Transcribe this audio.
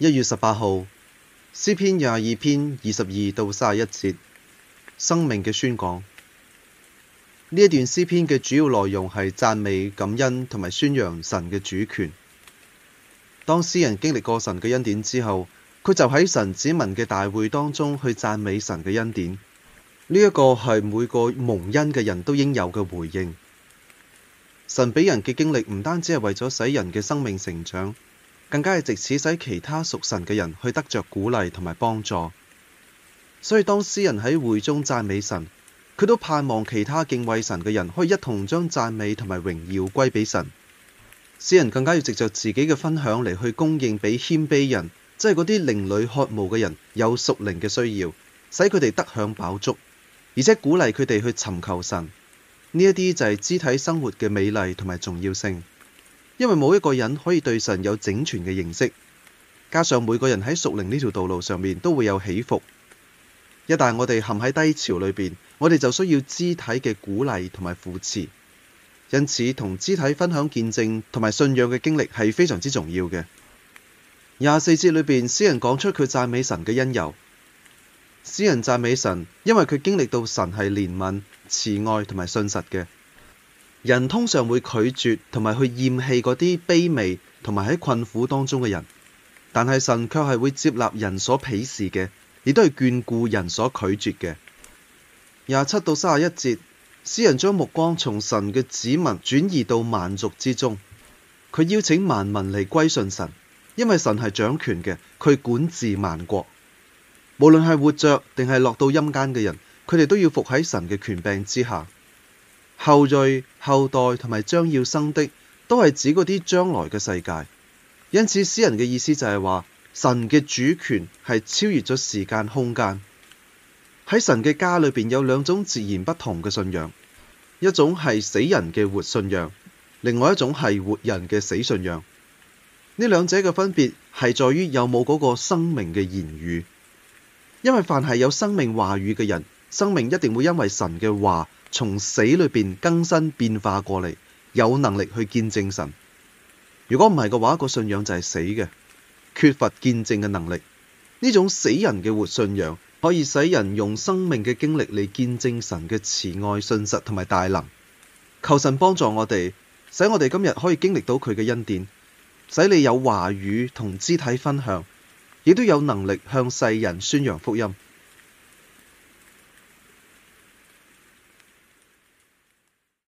1月18號，詩篇22篇22到31節，生命嘅宣講。呢一段詩篇嘅主要內容係讚美、感恩同埋宣揚神嘅主權。當詩人經歷過神嘅恩典之後，佢就喺神子民嘅大會當中去讚美神嘅恩典。呢一個係每個蒙恩嘅人都應有嘅回應。神俾人嘅經歷唔單止係為咗使人嘅生命成長，更加係藉此使其他屬神嘅人去得着鼓勵同埋幫助。所以當詩人喺會中讚美神，佢都盼望其他敬畏神嘅人可以一同將讚美同埋榮耀歸俾神。詩人更加要藉着自己嘅分享嚟去供應俾謙卑人，即係嗰啲靈裡渴慕嘅人有屬靈嘅需要，使佢哋得享飽足，而且鼓勵佢哋去尋求神。呢一啲就係肢體生活嘅美麗同埋重要性。因為冇一個人可以對神有整全嘅認識，加上每個人喺屬靈呢條道路上面都會有起伏。一旦我哋陷喺低潮裏邊，我哋就需要肢體嘅鼓勵同埋扶持。因此，同肢體分享見證同埋信仰嘅經歷係非常之重要嘅。24節裏邊，詩人講出佢讚美神嘅因由。詩人讚美神，因為佢經歷到神係憐憫、慈愛同埋信實嘅。人通常會拒絕同埋去厭棄嗰啲卑微同埋喺困苦當中嘅人，但係神卻係會接納人所鄙視嘅，亦都係眷顧人所拒絕嘅。27到31節，詩人將目光從神嘅子民轉移到萬族之中，佢邀請萬民嚟歸順神，因為神係掌權嘅，佢管治萬國。無論係活着定係落到陰間嘅人，佢哋都要服喺神嘅權柄之下。後裔、後代同埋將要生的，都係指嗰啲將來嘅世界。因此，詩人嘅意思就係話，神嘅主權係超越咗時間空間。喺神嘅家裏邊有兩種截然不同嘅信仰，一種係死人嘅活信仰，另外一種係活人嘅死信仰。呢兩者嘅分別係在於有冇嗰個生命嘅言語。因為凡係有生命話語嘅人，生命一定會因為神嘅話從死裏邊更新變化過嚟，有能力去見證神。如果唔係嘅話，個信仰就係死嘅，缺乏見證嘅能力。呢種死人嘅活信仰可以使人用生命嘅經歷嚟見證神嘅慈愛、信實同埋大能。求神幫助我哋，使我哋今日可以經歷到佢嘅恩典，使你有話語同肢體分享，亦都有能力向世人宣揚福音。